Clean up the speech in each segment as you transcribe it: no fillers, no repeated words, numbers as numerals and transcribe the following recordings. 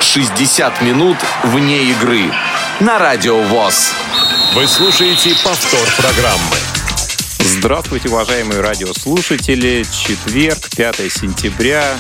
60 минут вне игры на Радио ВОС. Вы слушаете повтор программы. Здравствуйте, уважаемые радиослушатели. Четверг, 5 сентября,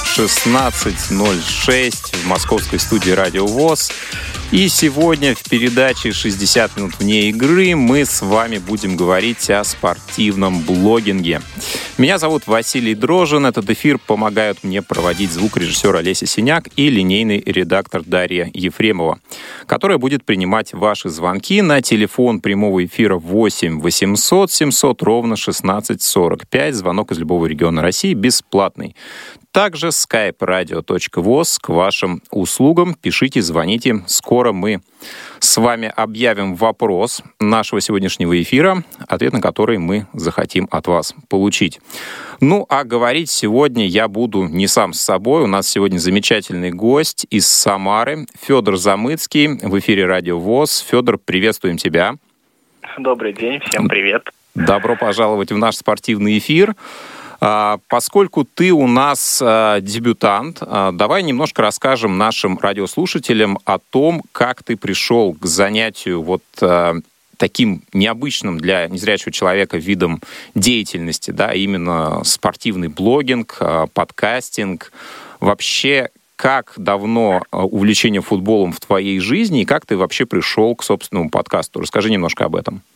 16:06 в московской студии Радио ВОС. И сегодня в передаче «60 минут вне игры» мы с вами будем говорить о спортивном блогинге. Меня зовут Василий Дрожжин. Этот эфир помогают мне проводить звукорежиссер Олеся Синяк и линейный редактор Дарья Ефремова, которая будет принимать ваши звонки на телефон прямого эфира 8 800 700 ровно 1645. Звонок из любого региона России бесплатный. Также skype radio.voz к вашим услугам. Пишите, звоните. Скоро мы с вами объявим вопрос нашего сегодняшнего эфира, ответ на который мы захотим от вас получить. Ну, а говорить сегодня я буду не сам с собой. У нас сегодня замечательный гость из Самары, Федор Замыцкий, в эфире Радио ВОС. Федор, приветствуем тебя. Добрый день, всем привет. Добро пожаловать в наш спортивный эфир. Поскольку ты у нас дебютант, давай немножко расскажем нашим радиослушателям о том, как ты пришел к занятию вот таким необычным для незрячего человека видом деятельности, да, именно спортивный блогинг, подкастинг. Вообще, как давно увлечение футболом в твоей жизни и как ты вообще пришел к собственному подкасту? Расскажи немножко об этом.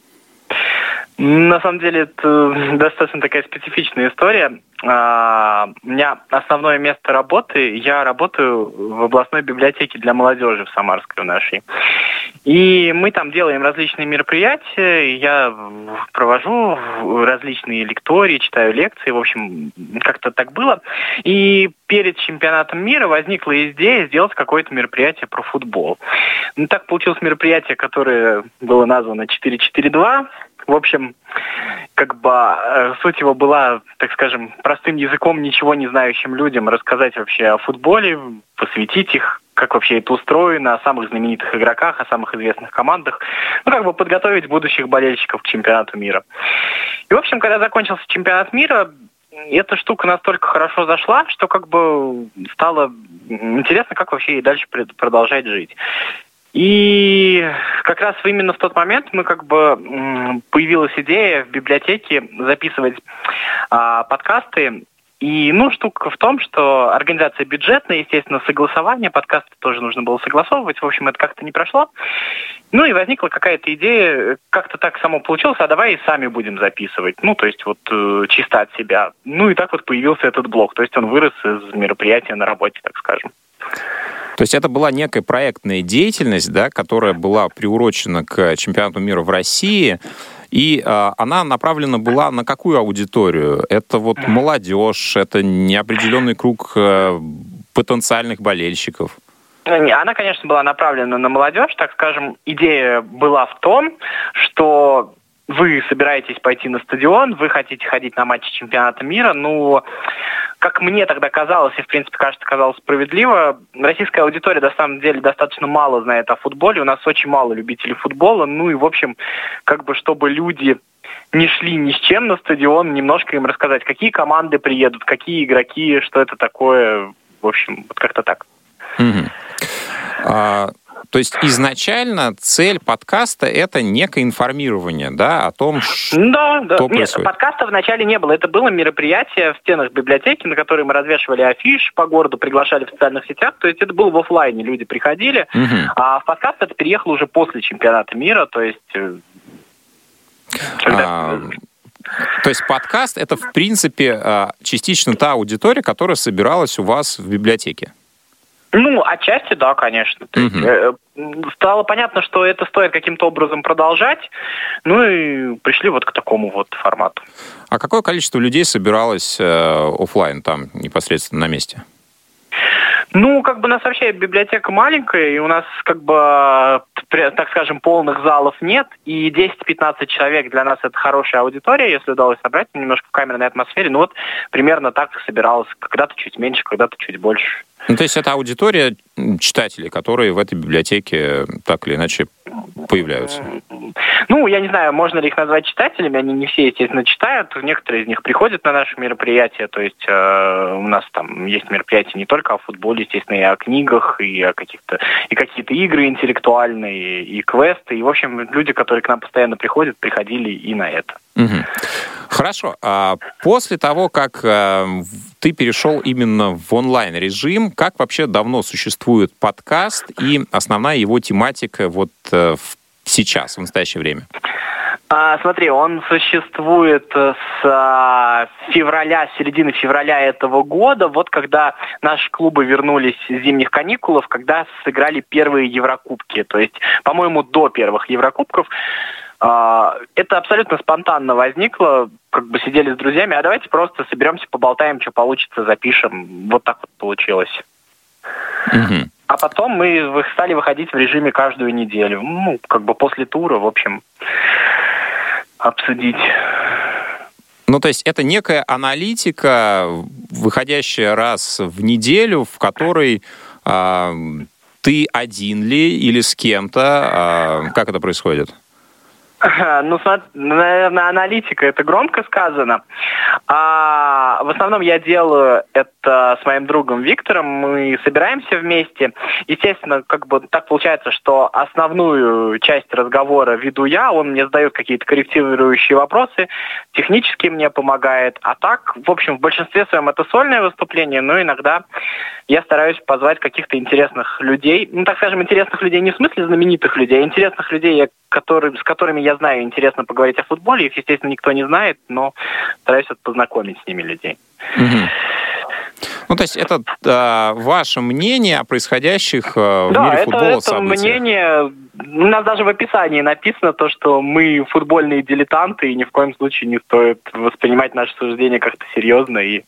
На самом деле, это достаточно такая специфичная история. У меня основное место работы, я работаю в областной библиотеке для молодежи в Самарской, в нашей. И мы там делаем различные мероприятия, я провожу различные лектории, читаю лекции, в общем, как-то так было. И перед чемпионатом мира возникла идея сделать какое-то мероприятие про футбол. Ну, так получилось мероприятие, которое было названо 4-4-2. В общем, суть его была, так скажем, простым языком ничего не знающим людям рассказать вообще о футболе, посвятить их, как вообще это устроено, о самых знаменитых игроках, о самых известных командах, подготовить будущих болельщиков к чемпионату мира. И, в общем, когда закончился чемпионат мира, эта штука настолько хорошо зашла, что стало интересно, как вообще и дальше продолжать жить. И как раз именно в тот момент появилась идея в библиотеке записывать подкасты. И, штука в том, что организация бюджетная, естественно, согласование, подкасты тоже нужно было согласовывать. В общем, это как-то не прошло. Ну и возникла какая-то идея, как-то так само получилось, а давай и сами будем записывать. Чисто от себя. Ну и так вот появился этот блог. То есть он вырос из мероприятия на работе, так скажем. То есть это была некая проектная деятельность, да, которая была приурочена к чемпионату мира в России, и она направлена была на какую аудиторию? Это молодежь, это неопределенный круг потенциальных болельщиков? Она, конечно, была направлена на молодежь, так скажем. Идея была в том, что вы собираетесь пойти на стадион, вы хотите ходить на матчи чемпионата мира, как мне тогда казалось, и в принципе, кажется, казалось справедливо, российская аудитория на самом деле достаточно мало знает о футболе, у нас очень мало любителей футбола, и в общем, чтобы люди не шли ни с чем на стадион, немножко им рассказать, какие команды приедут, какие игроки, что это такое, в общем, как-то так. То есть изначально цель подкаста — это некое информирование, да, о том, что происходит? Нет, подкаста вначале не было. Это было мероприятие в стенах библиотеки, на которое мы развешивали афиши по городу, приглашали в социальных сетях. То есть это было в офлайне, люди приходили. А в подкаст это переехало уже после чемпионата мира, то есть... То есть подкаст — это, в принципе, частично та аудитория, которая собиралась у вас в библиотеке? Отчасти, да, конечно. Стало понятно, что это стоит каким-то образом продолжать, и пришли к такому формату. А какое количество людей собиралось офлайн там, непосредственно на месте? У нас вообще библиотека маленькая, и у нас, так скажем, полных залов нет, и 10-15 человек для нас это хорошая аудитория, если удалось собрать немножко в камерной атмосфере. Примерно так собиралось, когда-то чуть меньше, когда-то чуть больше. Ну, то есть это аудитория читателей, которые в этой библиотеке так или иначе появляются? Ну, я не знаю, можно ли их назвать читателями, они не все, естественно, читают, некоторые из них приходят на наши мероприятия, то есть у нас там есть мероприятия не только о футболе, естественно, и о книгах, и о какие-то игры интеллектуальные, и квесты, и, в общем, люди, которые к нам постоянно приходят, приходили и на это. Угу. Хорошо. А после того, как ты перешел именно в онлайн-режим, как вообще давно существует подкаст и основная его тематика вот сейчас, в настоящее время? Смотри, он существует с середины февраля этого года, вот когда наши клубы вернулись с зимних каникул, когда сыграли первые Еврокубки, то есть, по-моему, до первых Еврокубков. Это абсолютно спонтанно возникло, как бы сидели с друзьями, а давайте просто соберемся, поболтаем, что получится, запишем. Вот так вот получилось. Угу. А потом мы стали выходить в режиме каждую неделю. Ну, как бы после тура, в общем, обсудить. Ну, то есть это некая аналитика, выходящая раз в неделю, в которой ты один ли или с кем-то? Как это происходит? Ну, наверное, аналитика, это громко сказано. В основном я делаю это с моим другом Виктором. Мы собираемся вместе. Естественно, как бы так получается, что основную часть разговора веду я. Он мне задает какие-то корректирующие вопросы, технически мне помогает. А так, в общем, в большинстве своем это сольное выступление, но иногда я стараюсь позвать каких-то интересных людей. Ну, так скажем, интересных людей не в смысле знаменитых людей, а интересных людей, с которыми я знаю, интересно поговорить о футболе. Их, естественно, никто не знает, но стараюсь познакомить с ними людей. Угу. Ну, то есть это ваше мнение о происходящих в мире футбола событиях? Да, это мнение. У нас даже в описании написано то, что мы футбольные дилетанты, и ни в коем случае не стоит воспринимать наши суждения как-то серьезно, и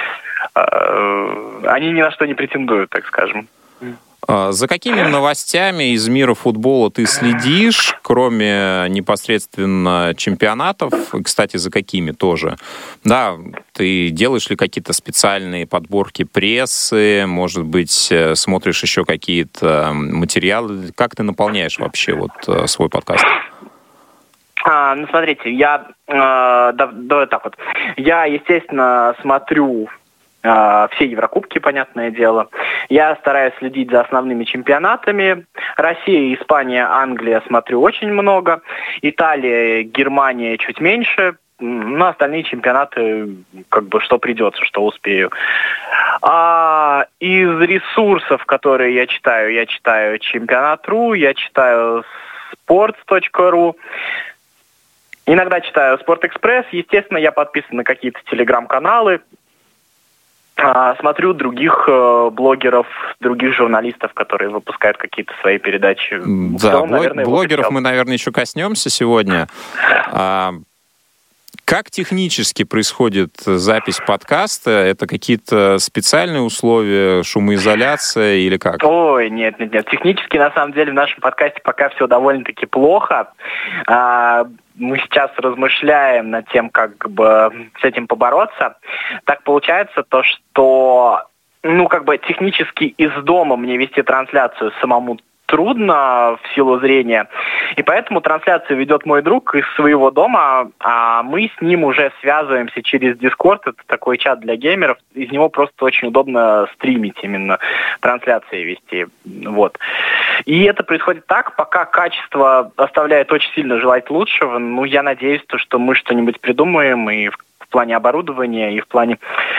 они ни на что не претендуют, так скажем. За какими новостями из мира футбола ты следишь, кроме непосредственно чемпионатов? И, кстати, за какими тоже? Да, ты делаешь ли какие-то специальные подборки прессы? Может быть, смотришь еще какие-то материалы? Как ты наполняешь вообще вот свой подкаст? Ну, смотрите, я, естественно, смотрю все Еврокубки, понятное дело. Я стараюсь следить за основными чемпионатами. Россия, Испания, Англия смотрю очень много. Италия, Германия чуть меньше. Но остальные чемпионаты, как бы, что придется, что успею. Из ресурсов, которые я читаю Чемпионат.ру, я читаю sports.ru. Иногда читаю Спортэкспресс. Естественно, я подписан на какие-то телеграм-каналы. Смотрю других блогеров, других журналистов, которые выпускают какие-то свои передачи. Да, блогеров мы, наверное, еще коснемся сегодня. Как технически происходит запись подкаста? Это какие-то специальные условия, шумоизоляция или как? Ой, нет. Технически, на самом деле, в нашем подкасте пока все довольно-таки плохо. Мы сейчас размышляем над тем, как бы с этим побороться. Так получается то, что, технически из дома мне вести трансляцию самому трудно в силу зрения. И поэтому трансляцию ведет мой друг из своего дома, а мы с ним уже связываемся через Discord. Это такой чат для геймеров. Из него просто очень удобно стримить, именно трансляции вести. Вот. И это происходит так, пока качество оставляет очень сильно желать лучшего. Я надеюсь, что мы что-нибудь придумаем и в плане оборудования, и в плане...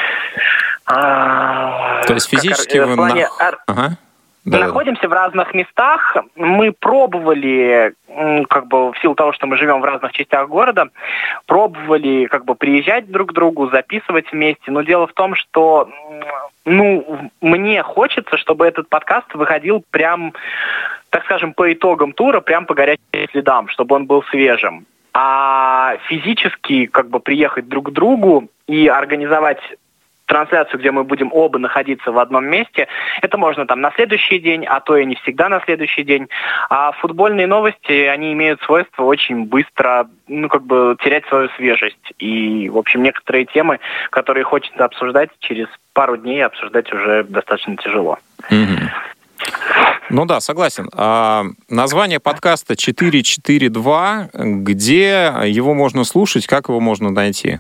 То есть физически вы... Мы находимся в разных местах. Мы пробовали, в силу того, что мы живем в разных частях города, пробовали, приезжать друг к другу, записывать вместе. Но дело в том, что, мне хочется, чтобы этот подкаст выходил прям, так скажем, по итогам тура, прям по горячим следам, чтобы он был свежим. А физически, приехать друг к другу и организовать трансляцию, где мы будем оба находиться в одном месте. Это можно там на следующий день, а то и не всегда на следующий день. А футбольные новости, они имеют свойство очень быстро, терять свою свежесть. И, в общем, некоторые темы, которые хочется обсуждать, через пару дней обсуждать уже достаточно тяжело. Ну да, согласен. Название подкаста 442, где его можно слушать, как его можно найти?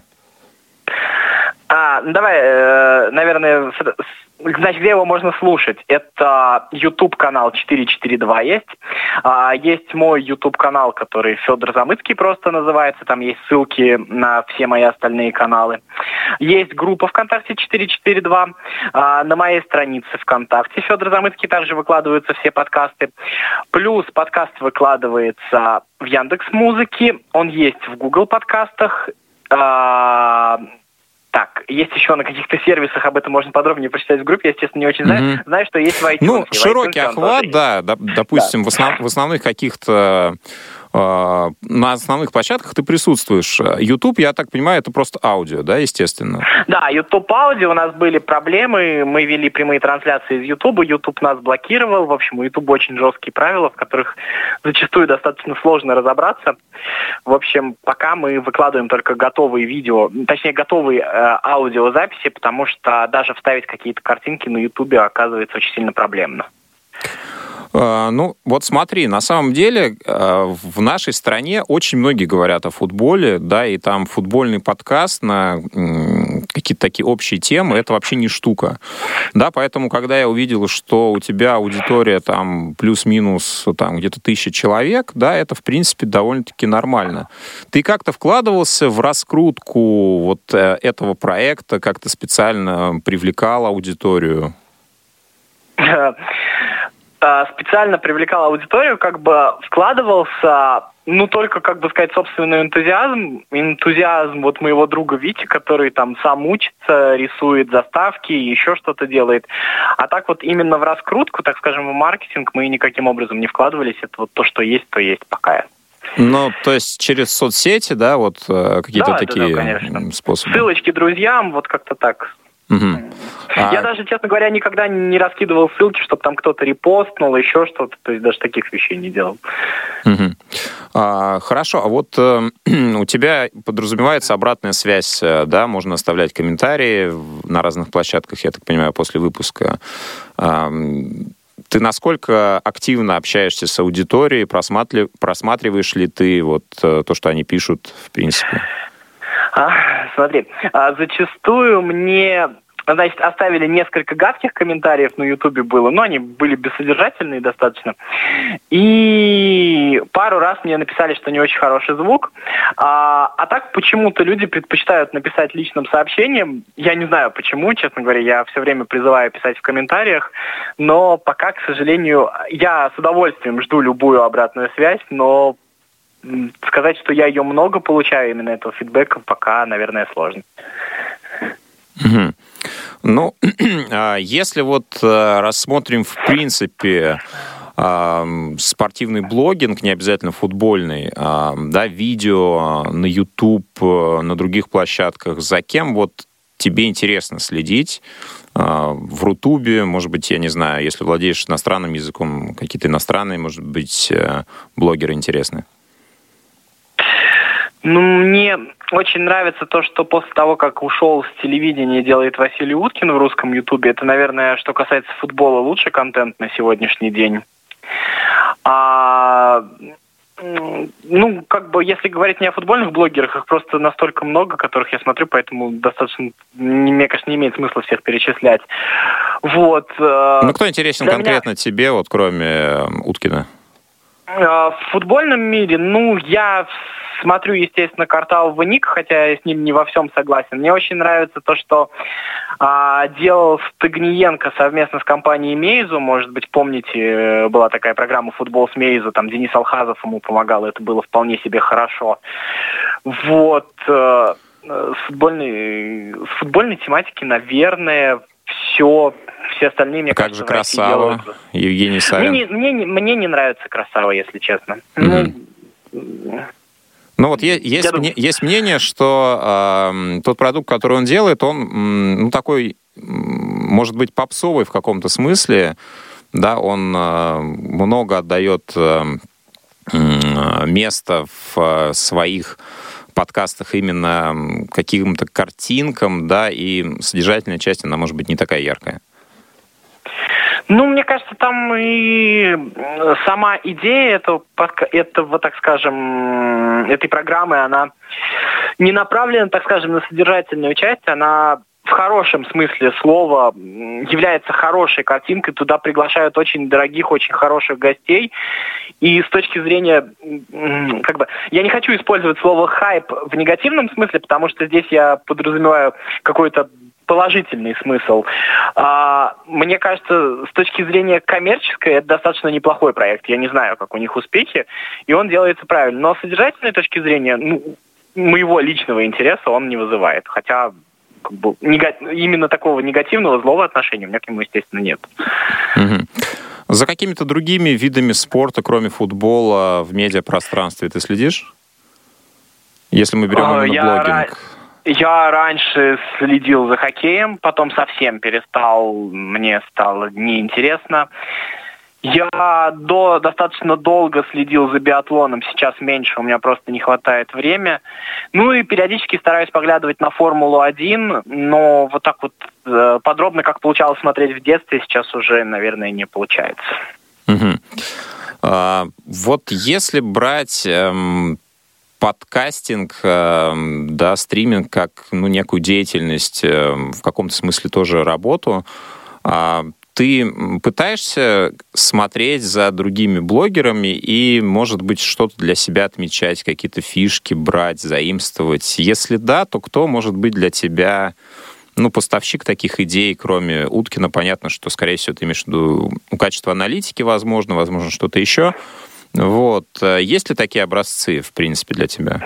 Давай, наверное, значит, где его можно слушать? Это YouTube-канал 442 есть. Есть мой YouTube-канал, который Федор Замыцкий просто называется. Там есть ссылки на все мои остальные каналы. Есть группа ВКонтакте 442. На моей странице ВКонтакте Федор Замыцкий также выкладываются все подкасты. Плюс подкаст выкладывается в Яндекс.Музыке. Он есть в Google подкастах. Так, есть еще на каких-то сервисах, об этом можно подробнее прочитать в группе, я, естественно, не очень знаю. Знаю, что есть в iTunes. Ну, широкий охват, да, допустим, да. В основных каких-то... На основных площадках ты присутствуешь. YouTube, я так понимаю, это просто аудио, да, естественно? Да, YouTube аудио, у нас были проблемы, мы вели прямые трансляции из YouTube, YouTube нас блокировал, в общем, у YouTube очень жесткие правила, в которых зачастую достаточно сложно разобраться. В общем, пока мы выкладываем только готовые видео, точнее, готовые аудиозаписи, потому что даже вставить какие-то картинки на YouTube оказывается очень сильно проблемно. Ну, вот смотри, на самом деле в нашей стране очень многие говорят о футболе, да, и там футбольный подкаст на какие-то такие общие темы, это вообще не штука. Да, поэтому, когда я увидел, что у тебя аудитория там плюс-минус там где-то 1000 человек, да, это, в принципе, довольно-таки нормально. Ты как-то вкладывался в раскрутку вот этого проекта, как-то специально привлекал аудиторию? Специально привлекал аудиторию, вкладывался, только, собственный энтузиазм вот моего друга Вити, который там сам учится, рисует заставки, еще что-то делает. А так вот именно в раскрутку, так скажем, в маркетинг мы никаким образом не вкладывались. Это вот то есть пока. Ну, то есть через соцсети, да, вот какие-то такие способы? Ссылочки друзьям, вот как-то так. Угу. Я даже, честно говоря, никогда не раскидывал ссылки, чтобы там кто-то репостнул, еще что-то. То есть даже таких вещей не делал. Угу. Хорошо. А вот у тебя подразумевается обратная связь, да? Можно оставлять комментарии на разных площадках, я так понимаю, после выпуска. Ты насколько активно общаешься с аудиторией? Просматриваешь ли ты вот то, что они пишут, в принципе? Смотри, зачастую мне, оставили несколько гадких комментариев на Ютубе было, но они были бессодержательные достаточно. И пару раз мне написали, что не очень хороший звук. А так почему-то люди предпочитают написать личным сообщением. Я не знаю почему, честно говоря, я все время призываю писать в комментариях, но пока, к сожалению, я с удовольствием жду любую обратную связь, но сказать, что я ее много получаю, именно этого фидбэка, пока, наверное, сложно. Угу. Ну, если вот рассмотрим, в принципе, спортивный блогинг, не обязательно футбольный, да, видео на YouTube, на других площадках, за кем вот тебе интересно следить? В Рутубе, может быть, я не знаю, если владеешь иностранным языком, какие-то иностранные, может быть, блогеры интересны? Мне очень нравится то, что после того, как ушел с телевидения, делает Василий Уткин в русском Ютубе. Это, наверное, что касается футбола, лучший контент на сегодняшний день. Если говорить не о футбольных блогерах, их просто настолько много, которых я смотрю, поэтому достаточно, мне кажется, не имеет смысла всех перечислять. Вот. Кто интересен конкретно тебе, вот кроме Уткина? В футбольном мире, я смотрю, естественно, квартал Вник, хотя я с ним не во всем согласен. Мне очень нравится то, что делал Стагниенко совместно с компанией Мейзу. Может быть, помните, была такая программа «Футбол с Мейзу», там Денис Алхазов ему помогал, это было вполне себе хорошо. Вот. С футбольной тематики, наверное, все остальные, мне кажется, как же Красава, Евгений Савин? Мне не нравится Красава, если честно. Ну вот есть мнение, что тот продукт, который он делает, он такой, может быть, попсовый в каком-то смысле, да, он много отдает места в своих подкастах именно каким-то картинкам, да, и содержательная часть, она может быть не такая яркая. Ну, мне кажется, там и сама идея этого, так скажем, этой программы, она не направлена, так скажем, на содержательную часть, она в хорошем смысле слова является хорошей картинкой, туда приглашают очень дорогих, очень хороших гостей. И с точки зрения, я не хочу использовать слово «хайп» в негативном смысле, потому что здесь я подразумеваю какой-то положительный смысл. Мне кажется, с точки зрения коммерческой, это достаточно неплохой проект. Я не знаю, как у них успехи, и он делается правильно. Но с содержательной точки зрения, моего личного интереса он не вызывает. Хотя именно такого негативного, злого отношения у меня к нему, естественно, нет. Угу. За какими-то другими видами спорта, кроме футбола, в медиапространстве ты следишь? Если мы берем именно блогинг. Я раньше следил за хоккеем, потом совсем перестал, мне стало неинтересно. Я достаточно долго следил за биатлоном, сейчас меньше, у меня просто не хватает времени. Ну и периодически стараюсь поглядывать на Формулу-1, но вот так вот подробно, как получалось смотреть в детстве, сейчас уже, наверное, не получается. Угу. Вот если брать подкастинг, да, стриминг как некую деятельность, в каком-то смысле тоже работу, ты пытаешься смотреть за другими блогерами и, может быть, что-то для себя отмечать, какие-то фишки брать, заимствовать? Если да, то кто может быть для тебя поставщик таких идей, кроме Уткина? Понятно, что, скорее всего, ты имеешь в виду качество аналитики, возможно, что-то еще. Вот. Есть ли такие образцы, в принципе, для тебя?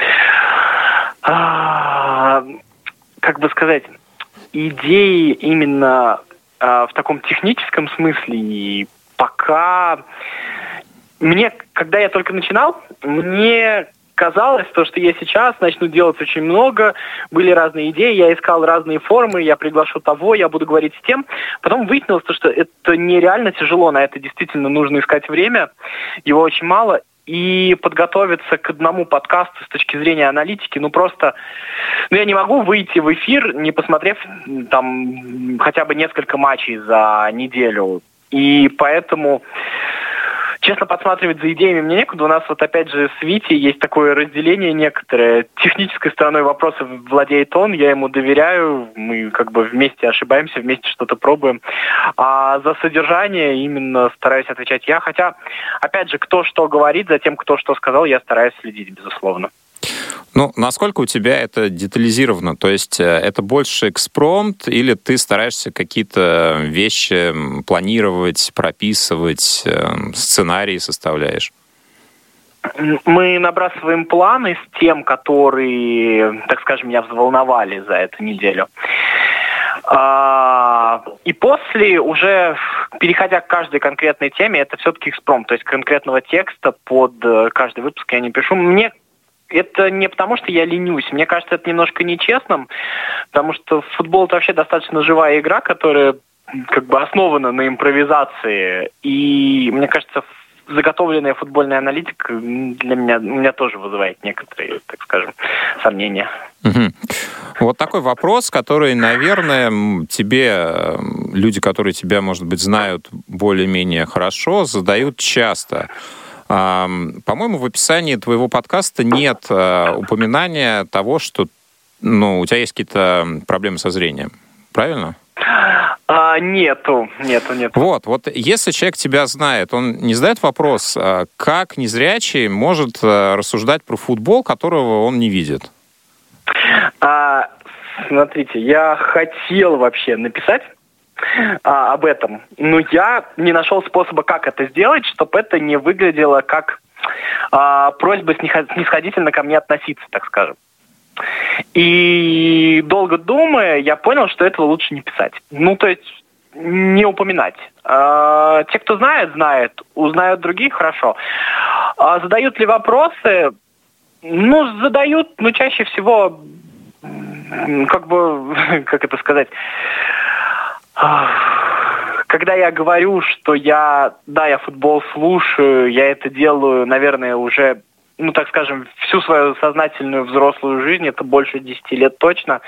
Как бы сказать, идеи именно в таком техническом смысле, и пока когда я только начинал, мне казалось, что я сейчас начну делать очень много, были разные идеи, я искал разные формы, я приглашу того, я буду говорить с тем. Потом выяснилось, что это нереально тяжело, на это действительно нужно искать время, его очень мало. И подготовиться к одному подкасту с точки зрения аналитики, я не могу выйти в эфир, не посмотрев там хотя бы несколько матчей за неделю. И поэтому, честно, подсматривать за идеями мне некуда. У нас опять же с Витей есть такое разделение некоторое. Технической стороной вопроса владеет он, я ему доверяю, мы вместе ошибаемся, вместе что-то пробуем. А за содержание именно стараюсь отвечать я. Хотя, опять же, кто что говорит, за тем, кто что сказал, я стараюсь следить, безусловно. Насколько у тебя это детализировано? То есть это больше экспромт, или ты стараешься какие-то вещи планировать, прописывать, сценарии составляешь? Мы набрасываем планы с тем, которые, так скажем, меня взволновали за эту неделю. И после, уже переходя к каждой конкретной теме, это все-таки экспромт, то есть конкретного текста под каждый выпуск я не пишу. Это не потому, что я ленюсь. Мне кажется, это немножко нечестным, потому что футбол — это вообще достаточно живая игра, которая основана на импровизации. И мне кажется, заготовленная футбольная аналитика у меня тоже вызывает некоторые, так скажем, сомнения. Угу. Вот такой вопрос, который, наверное, люди, которые тебя, может быть, знают более-менее хорошо, задают часто. По-моему, в описании твоего подкаста нет упоминания того, что у тебя есть какие-то проблемы со зрением. Правильно? Нету. Вот, если человек тебя знает, он не задает вопрос, как незрячий может рассуждать про футбол, которого он не видит? Смотрите, я хотел вообще написать об этом, но я не нашел способа, как это сделать, чтобы это не выглядело как просьба снисходительно ко мне относиться, так скажем. И долго думая, я понял, что этого лучше не писать. То есть не упоминать. Те, кто знает, узнают других, хорошо. Задают ли вопросы? Задают, чаще всего, как это сказать, когда я говорю, что я футбол слушаю, я это делаю, наверное, уже, так скажем, всю свою сознательную взрослую жизнь, это больше 10 лет точно.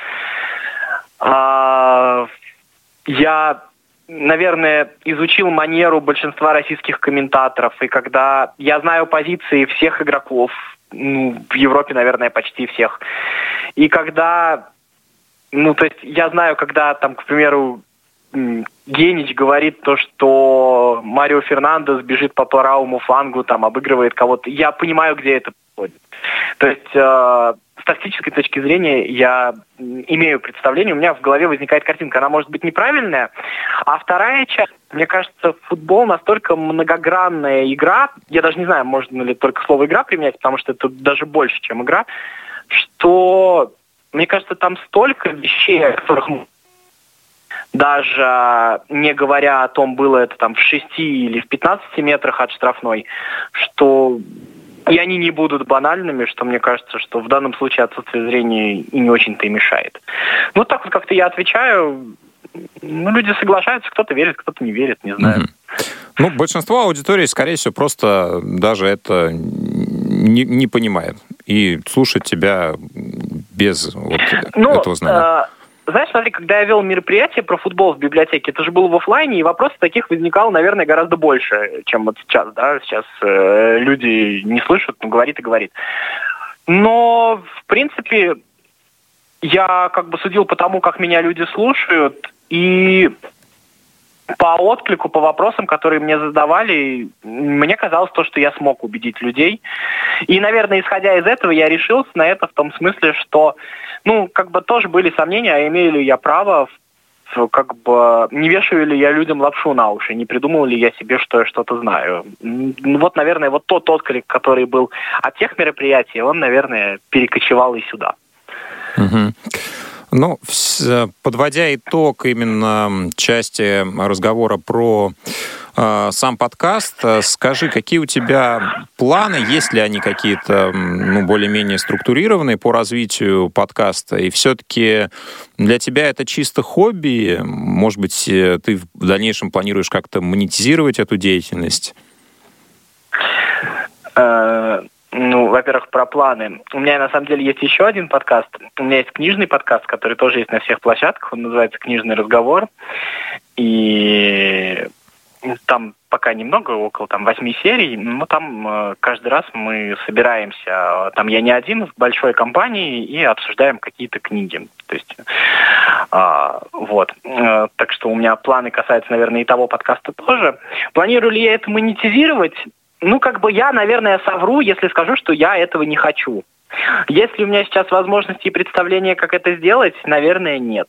Я, наверное, изучил манеру большинства российских комментаторов, и когда я знаю позиции всех игроков, в Европе, наверное, почти всех, и когда, то есть я знаю, когда там, к примеру, Генич говорит то, что Марио Фернандес бежит по правому флангу, там обыгрывает кого-то, я понимаю, где это происходит. То есть с тактической точки зрения я имею представление, у меня в голове возникает картинка, она может быть неправильная, а вторая часть, мне кажется, футбол настолько многогранная игра, я даже не знаю, можно ли только слово «игра» применять, потому что это даже больше, чем игра, что, мне кажется, там столько вещей, о которых даже не говоря о том, было это там в 6 или в 15 метрах от штрафной, что и они не будут банальными, что мне кажется, что в данном случае отсутствие зрения и не очень-то и мешает. Так вот как-то я отвечаю, люди соглашаются, кто-то верит, кто-то не верит, не знаю. Большинство аудитории, скорее всего, просто даже это не понимает и слушает тебя без этого знания. Знаешь, смотри, когда я вел мероприятие про футбол в библиотеке, это же было в офлайне, и вопросов таких возникало, наверное, гораздо больше, чем вот сейчас, да. Сейчас люди не слышат, говорит и говорит. Но, в принципе, я судил по тому, как меня люди слушают, и по отклику, по вопросам, которые мне задавали, мне казалось то, что я смог убедить людей. И, наверное, исходя из этого, я решился на это в том смысле, что, тоже были сомнения, а имею ли я право, не вешаю ли я людям лапшу на уши, не придумал ли я себе, что я что-то знаю. Наверное, тот отклик, который был от тех мероприятий, он, наверное, перекочевал и сюда. Подводя итог именно части разговора про сам подкаст, скажи, какие у тебя планы, есть ли они какие-то более-менее структурированные по развитию подкаста, и все-таки для тебя это чисто хобби, может быть, ты в дальнейшем планируешь как-то монетизировать эту деятельность? Во-первых, про планы. У меня, на самом деле, есть еще один подкаст. У меня есть книжный подкаст, который тоже есть на всех площадках. Он называется «Книжный разговор». И там пока немного, около 8 серий. Но там каждый раз мы собираемся. Там я не один, в большой компании, и обсуждаем какие-то книги. То есть, Так что у меня планы касаются, наверное, и того подкаста тоже. Планирую ли я это монетизировать? Я, наверное, совру, если скажу, что я этого не хочу. Есть ли у меня сейчас возможности и представления, как это сделать? Наверное, нет.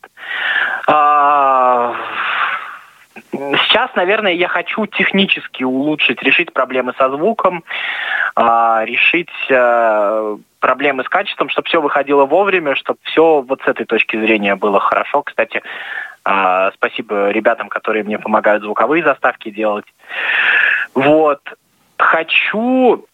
Сейчас, наверное, я хочу технически решить проблемы со звуком, решить проблемы с качеством, чтобы все выходило вовремя, чтобы все с этой точки зрения было хорошо. Кстати, спасибо ребятам, которые мне помогают звуковые заставки делать. Хочу,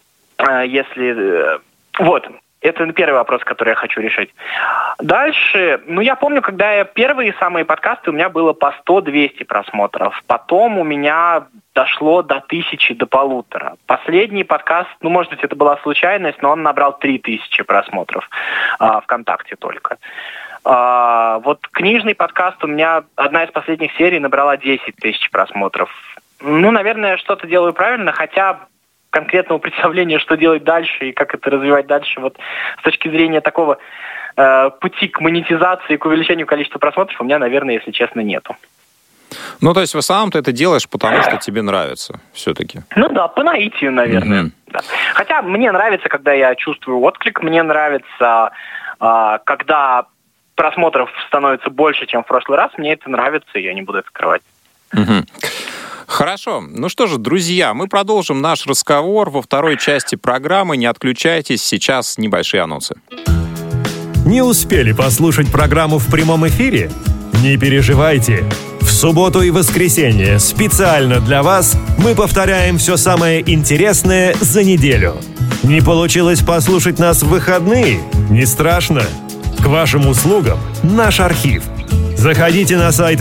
это первый вопрос, который я хочу решить. Дальше, я помню, когда первые самые подкасты, у меня было по 100-200 просмотров. Потом у меня дошло до 1000, до 1500. Последний подкаст, может быть, это была случайность, но он набрал 3000 просмотров ВКонтакте только. Книжный подкаст у меня, одна из последних серий набрала 10 тысяч просмотров. Наверное, что-то делаю правильно, хотя конкретного представления, что делать дальше и как это развивать дальше, с точки зрения такого пути к монетизации, к увеличению количества просмотров у меня, наверное, если честно, нету. То есть в основном ты это делаешь, потому что тебе нравится все-таки? По наитию, наверное. Да. Хотя мне нравится, когда я чувствую отклик, мне нравится, когда просмотров становится больше, чем в прошлый раз, мне это нравится, и я не буду это скрывать. Хорошо. Что же, друзья, мы продолжим наш разговор во второй части программы. Не отключайтесь, сейчас небольшие анонсы. Не успели послушать программу в прямом эфире? Не переживайте. В субботу и воскресенье специально для вас мы повторяем все самое интересное за неделю. Не получилось послушать нас в выходные? Не страшно. К вашим услугам наш архив. Заходите на сайт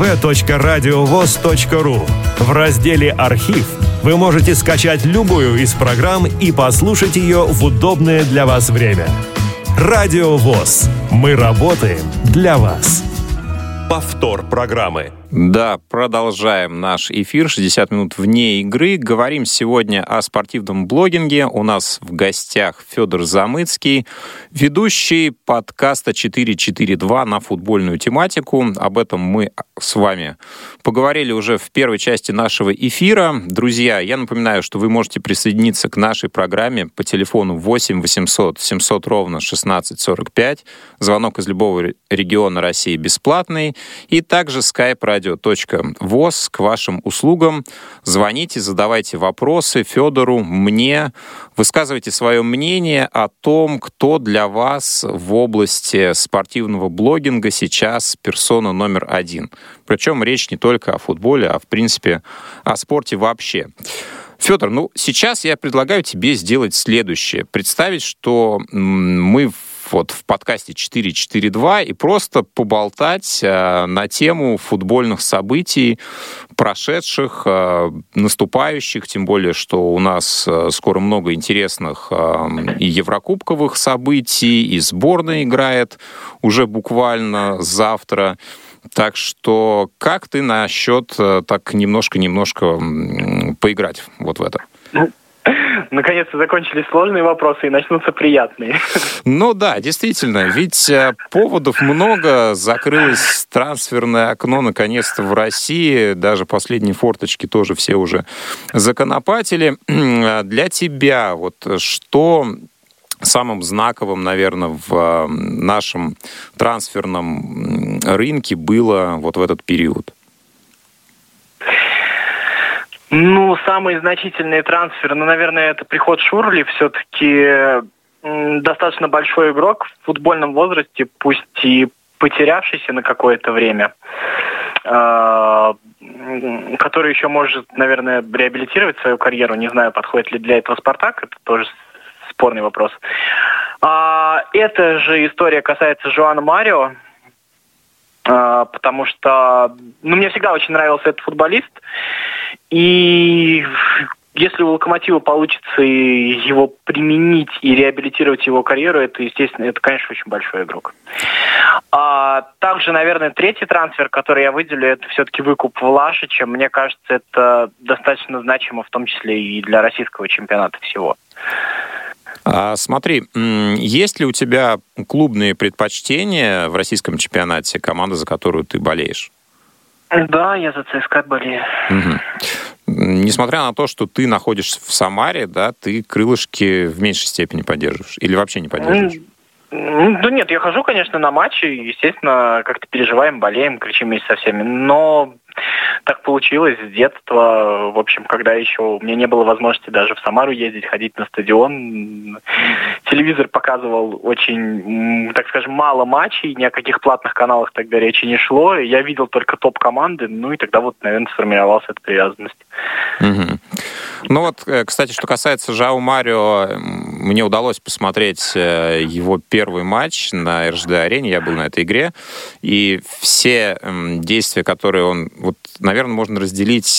www.radiovoz.ru. В разделе «Архив» вы можете скачать любую из программ и послушать ее в удобное для вас время. Радио ВОС. Мы работаем для вас. Повтор программы. Да, продолжаем наш эфир. 60 минут вне игры. Говорим сегодня о спортивном блогинге. У нас в гостях Федор Замыцкий, ведущий подкаста 442 на футбольную тематику. Об этом мы с вами поговорили уже в первой части нашего эфира. Друзья, я напоминаю, что вы можете присоединиться к нашей программе по телефону 8 800 700 ровно 1645. Звонок из любого региона России бесплатный. И также skype radio.voz к вашим услугам. Звоните, задавайте вопросы Федору, мне. Высказывайте свое мнение о том, кто для вас в области спортивного блогинга сейчас персона номер один. Причем речь не только о футболе, а в принципе о спорте вообще. Федор, сейчас я предлагаю тебе сделать следующее. Представить, что мы в подкасте 442 и просто поболтать на тему футбольных событий, прошедших, наступающих, тем более, что у нас скоро много интересных и еврокубковых событий, и сборная играет уже буквально завтра. Так что как ты насчет так немножко поиграть вот в это? Наконец-то закончились сложные вопросы и начнутся приятные. Да, действительно, ведь поводов много, закрылось трансферное окно наконец-то в России, даже последние форточки тоже все уже законопатили. Для тебя что самым знаковым, наверное, в нашем трансферном рынке было в этот период? Самый значительный трансфер, наверное, это приход Шурли. Все-таки достаточно большой игрок в футбольном возрасте, пусть и потерявшийся на какое-то время, который еще может, наверное, реабилитировать свою карьеру. Не знаю, подходит ли для этого «Спартак», это тоже спорный вопрос. Эта же история касается Жоана Марио, потому что мне всегда очень нравился этот футболист. И если у «Локомотива» получится его применить и реабилитировать его карьеру, это, естественно, это, конечно, очень большой игрок. Также, наверное, третий трансфер, который я выделю, это все-таки выкуп Влашича. Мне кажется, это достаточно значимо, в том числе и для российского чемпионата всего. Смотри, есть ли у тебя клубные предпочтения в российском чемпионате, команда, за которую ты болеешь? Да, я за ЦСКА болею. Угу. Несмотря на то, что ты находишься в Самаре, да, ты крылышки в меньшей степени поддерживаешь? Или вообще не поддерживаешь? Да нет, я хожу, конечно, на матчи, естественно, как-то переживаем, болеем, кричим вместе со всеми, но так получилось с детства, в общем, когда еще у меня не было возможности даже в Самару ездить, ходить на стадион. Телевизор показывал очень, так скажем, мало матчей, ни о каких платных каналах тогда речи не шло. Я видел только топ-команды, и тогда наверное, сформировалась эта привязанность. Угу. Кстати, что касается Жоао Марио, мне удалось посмотреть его первый матч на РЖД-арене, я был на этой игре, и все действия, которые он... наверное, можно разделить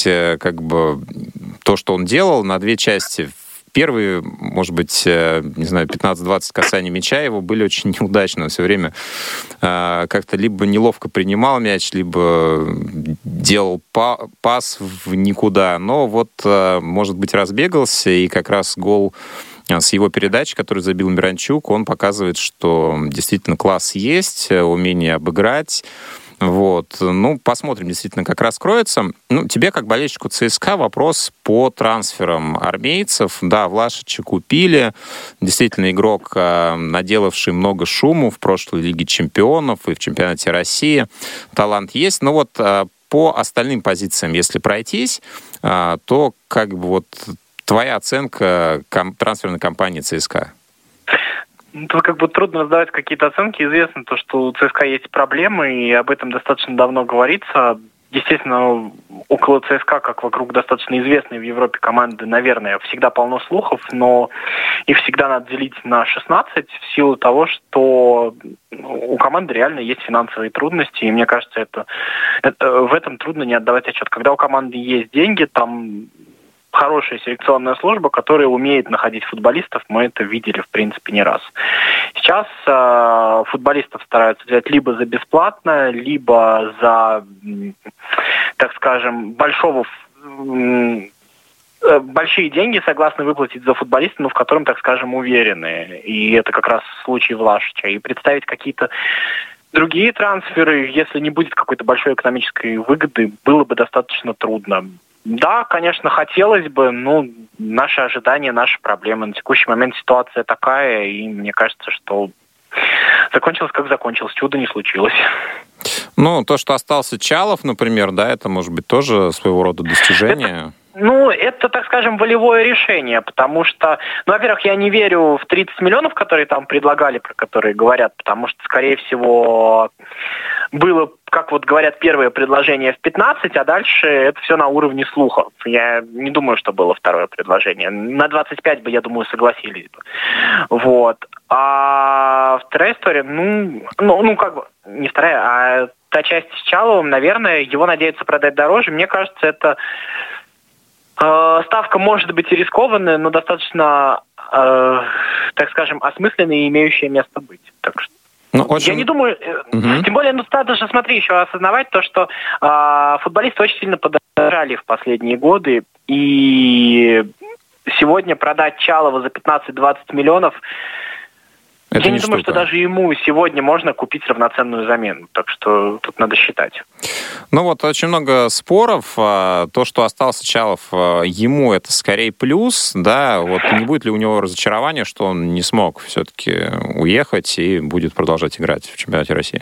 то, что он делал, на две части. Первые, может быть, 15-20 касаний мяча его были очень неудачны. Он все время как-то либо неловко принимал мяч, либо делал пас в никуда. Но может быть, разбегался, и как раз гол с его передачи, который забил Миранчук, он показывает, что действительно класс есть, умение обыграть. Посмотрим, действительно, как раскроется. Тебе, как болельщику ЦСКА, вопрос по трансферам армейцев. Да, Влашича купили. Действительно, игрок, наделавший много шуму в прошлой Лиге чемпионов и в чемпионате России. Талант есть. Но по остальным позициям, если пройтись, то твоя оценка трансферной кампании ЦСКА? Тут трудно раздавать какие-то оценки. Известно то, что у ЦСКА есть проблемы, и об этом достаточно давно говорится. естественно, около ЦСКА, как вокруг достаточно известной в Европе команды, наверное, всегда полно слухов, но их всегда надо делить на 16 в силу того, что у команды реально есть финансовые трудности, и мне кажется, в этом трудно не отдавать отчет. Когда у команды есть деньги, там хорошая селекционная служба, которая умеет находить футболистов, мы это видели, в принципе, не раз. Сейчас футболистов стараются взять либо за бесплатно, либо за, так скажем, большие деньги согласны выплатить за футболиста, но в котором, так скажем, уверены. И это как раз случай Влашича. И представить какие-то другие трансферы, если не будет какой-то большой экономической выгоды, было бы достаточно трудно. Да, конечно, хотелось бы, но наши ожидания, наши проблемы. На текущий момент ситуация такая, и мне кажется, что закончилось как закончилось, чудо не случилось. Ну, то, что остался Чалов, например, да, это, может быть, тоже своего рода достижение. Это, так скажем, волевое решение, потому что, во-первых, я не верю в 30 миллионов, которые там предлагали, про которые говорят, потому что, скорее всего, было, как вот говорят, первое предложение в 15, а дальше это все на уровне слухов. Я не думаю, что было второе предложение. На 25 бы, я думаю, согласились бы. Вот. А вторая история, как бы, не вторая, а та часть с Чаловым, наверное, его надеются продать дороже. Мне кажется, это ставка может быть и рискованная, но достаточно, так скажем, осмысленная и имеющая место быть. Так что я не думаю, тем более, надо же, смотри, еще осознавать то, что футболисты очень сильно подорожали в последние годы, и сегодня продать Чалова за 15-20 миллионов, я не думаю, что даже ему сегодня можно купить равноценную замену. Так что тут надо считать. Очень много споров. То, что остался Чалов, ему это скорее плюс, да? Не будет ли у него разочарования, что он не смог все-таки уехать и будет продолжать играть в чемпионате России?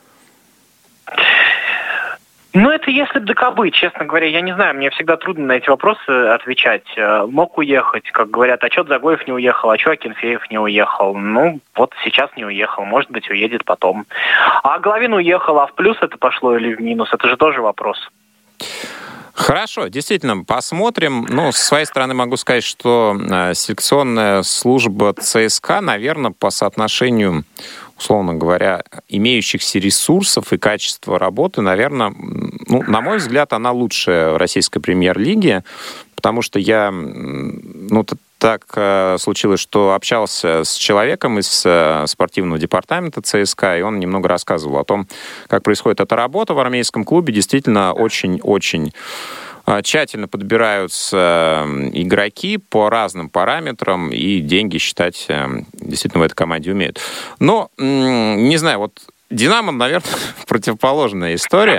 Это если бы докобы, честно говоря, я не знаю, мне всегда трудно на эти вопросы отвечать. Мог уехать, как говорят, а чё Дзагоев не уехал, а чё Акинфеев не уехал? Сейчас не уехал, может быть, уедет потом. А Головин уехал, а в плюс это пошло или в минус? Это же тоже вопрос. Хорошо, действительно, посмотрим. С своей стороны могу сказать, что селекционная служба ЦСКА, наверное, по соотношению, условно говоря, имеющихся ресурсов и качества работы, наверное, на мой взгляд, она лучшая в российской премьер-лиге, потому что я, так случилось, что общался с человеком из спортивного департамента ЦСКА, и он немного рассказывал о том, как происходит эта работа в армейском клубе. Действительно, очень-очень тщательно подбираются игроки по разным параметрам, и деньги считать действительно в этой команде умеют. Но, не знаю, «Динамо», наверное, противоположная история.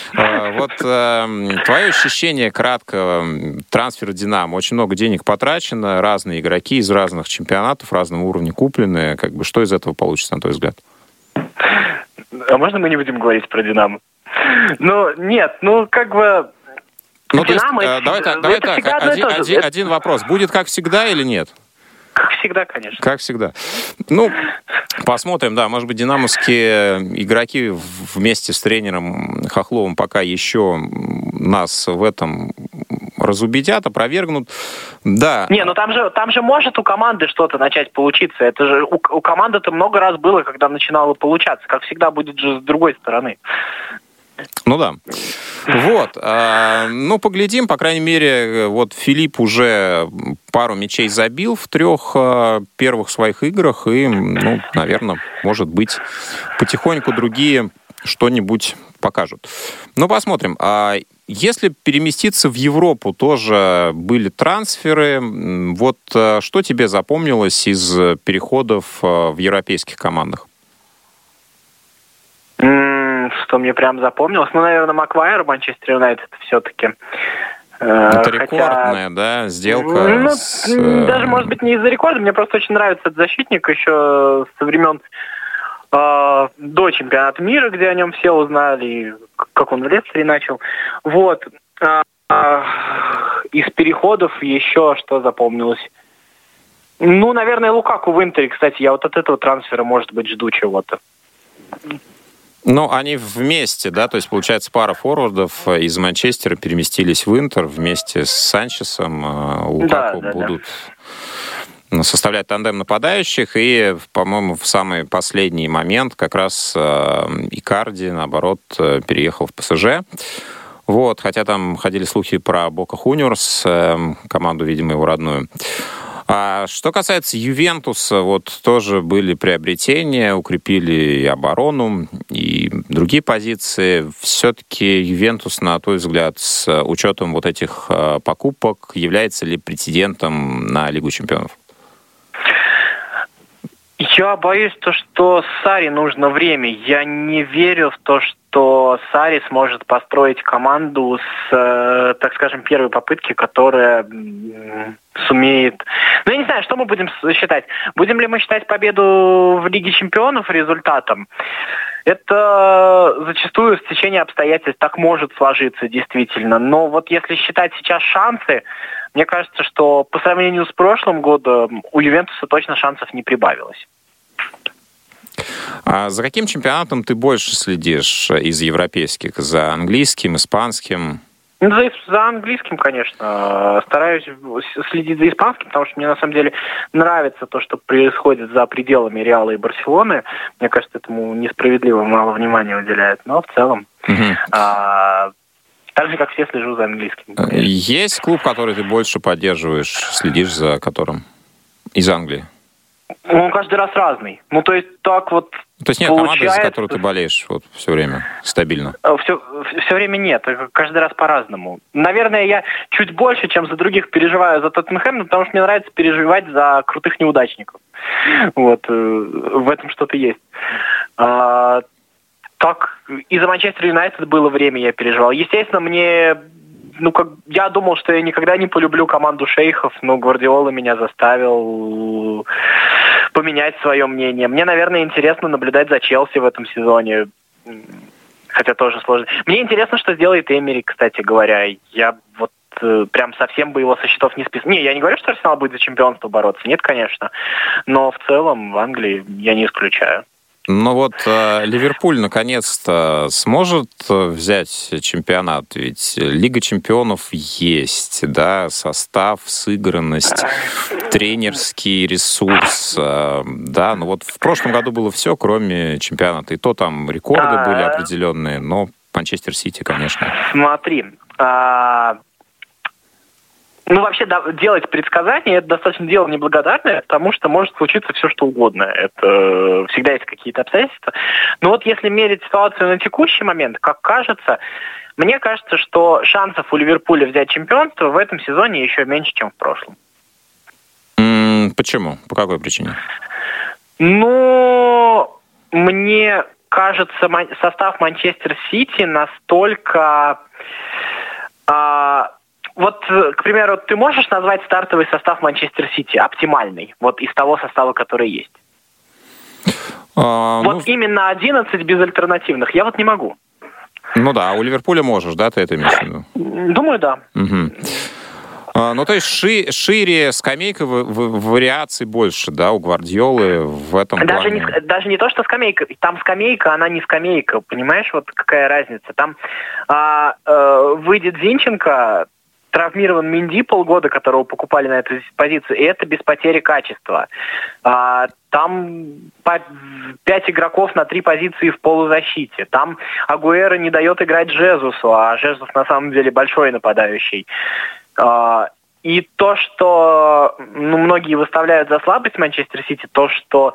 Твое ощущение кратко трансфера «Динамо». Очень много денег потрачено, разные игроки из разных чемпионатов, разного уровня куплены. Что из этого получится, на твой взгляд? А можно мы не будем говорить про «Динамо»? Нет, давай так, один вопрос. Будет как всегда или нет? Как всегда, конечно. Как всегда. Посмотрим, да, может быть, динамовские игроки вместе с тренером Хохловым пока еще нас в этом разубедят, опровергнут. Да. Там же может у команды что-то начать получиться. Это же у команды-то много раз было, когда начинало получаться. Как всегда, будет же с другой стороны. Да. Поглядим, по крайней мере, Филипп уже пару мячей забил в 3 первых своих играх, и, наверное, может быть, потихоньку другие что-нибудь покажут. Посмотрим. Если переместиться в Европу, тоже были трансферы. Что тебе запомнилось из переходов в европейских командах? Что мне прям запомнилось? Наверное, Маквайр, Манчестер Юнайтед все-таки. Это рекордная, да, сделка? Даже, может быть, не из-за рекорда. Мне просто очень нравится этот защитник еще со времен до чемпионата мира, где о нем все узнали, и как он в Лестере начал. Из переходов еще что запомнилось? Наверное, Лукаку в Интере. Кстати, я от этого трансфера, может быть, жду чего-то. Ну, они вместе, да, то есть, получается, пара форвардов из Манчестера переместились в Интер вместе с Санчесом. Лукаку будут составлять тандем нападающих, и, по-моему, в самый последний момент как раз Икарди, наоборот, переехал в ПСЖ. Вот, хотя там ходили слухи про Бока Хуниорс, команду, видимо, его родную. А что касается Ювентуса, вот тоже были приобретения, укрепили и оборону, и другие позиции. Все-таки Ювентус, на твой взгляд, с учетом вот этих покупок, является ли претендентом на Лигу чемпионов? Я боюсь, что Сарри нужно время. Я не верю в то, что Сарри сможет построить команду с, так скажем, первой попытки, которая сумеет... Ну, я не знаю, что мы будем считать. Будем ли мы считать победу в Лиге чемпионов результатом? Это зачастую в течение обстоятельств так может сложиться, действительно. Но вот если считать сейчас шансы, мне кажется, что по сравнению с прошлым годом у Ювентуса точно шансов не прибавилось. А за каким чемпионатом ты больше следишь из европейских? За английским, испанским? За английским, конечно. Стараюсь следить за испанским, потому что мне на самом деле нравится то, что происходит за пределами Реала и Барселоны. Мне кажется, этому несправедливо мало внимания уделяют. Но в целом... Так же, как все, слежу за английским. Конечно. Есть клуб, который ты больше поддерживаешь, следишь за которым? Из Англии? Он каждый раз разный. Ну, то есть, так вот то есть нет команды, за которую ты болеешь вот все время, стабильно? Все время нет. Каждый раз по-разному. Наверное, я чуть больше, чем за других, переживаю за Тоттенхэм, потому что мне нравится переживать за крутых неудачников. Вот. В этом что-то есть. Так, и за Манчестер Юнайтед было время, я переживал. Естественно, я думал, что я никогда не полюблю команду шейхов, но Гвардиола меня заставил поменять свое мнение. Мне, наверное, интересно наблюдать за Челси в этом сезоне, хотя тоже сложно. Мне интересно, что сделает Эмери, кстати говоря. Я вот прям совсем бы его со счетов не списал. Не, я не говорю, что Арсенал будет за чемпионство бороться. Нет, конечно. Но в целом в Англии я не исключаю. Ну вот Ливерпуль наконец-то сможет взять чемпионат, ведь Лига чемпионов есть, да, состав, сыгранность, тренерский ресурс, да, ну вот в прошлом году было все, кроме чемпионата, и то там рекорды были определенные, но Манчестер Сити, конечно. Смотри, вообще, делать предсказания — это достаточно дело неблагодарное, потому что может случиться все, что угодно. Это всегда есть какие-то обстоятельства. Но вот если мерить ситуацию на текущий момент, как кажется, мне кажется, что шансов у Ливерпуля взять чемпионство в этом сезоне еще меньше, чем в прошлом. Почему? По какой причине? Мне кажется, состав Манчестер Сити настолько... Вот, к примеру, ты можешь назвать стартовый состав Манчестер Сити оптимальный, вот из того состава, который есть? Именно 11 безальтернативных я вот не могу. Ну да, у Ливерпуля можешь, да, ты это имеешь в виду? Думаю, да. Ну, то есть шире скамейка, вариаций больше, да, у Гвардиолы в этом плане. Даже не то, что скамейка. Там скамейка, она не скамейка. Понимаешь, вот какая разница? Там выйдет Зинченко, травмирован Менди полгода, которого покупали на эту позицию, и это без потери качества. Там 5 игроков на 3 позиции в полузащите. Там Агуэро не дает играть Жезусу, а Жезус на самом деле большой нападающий. И то, что многие выставляют за слабость Манчестер Сити, то, что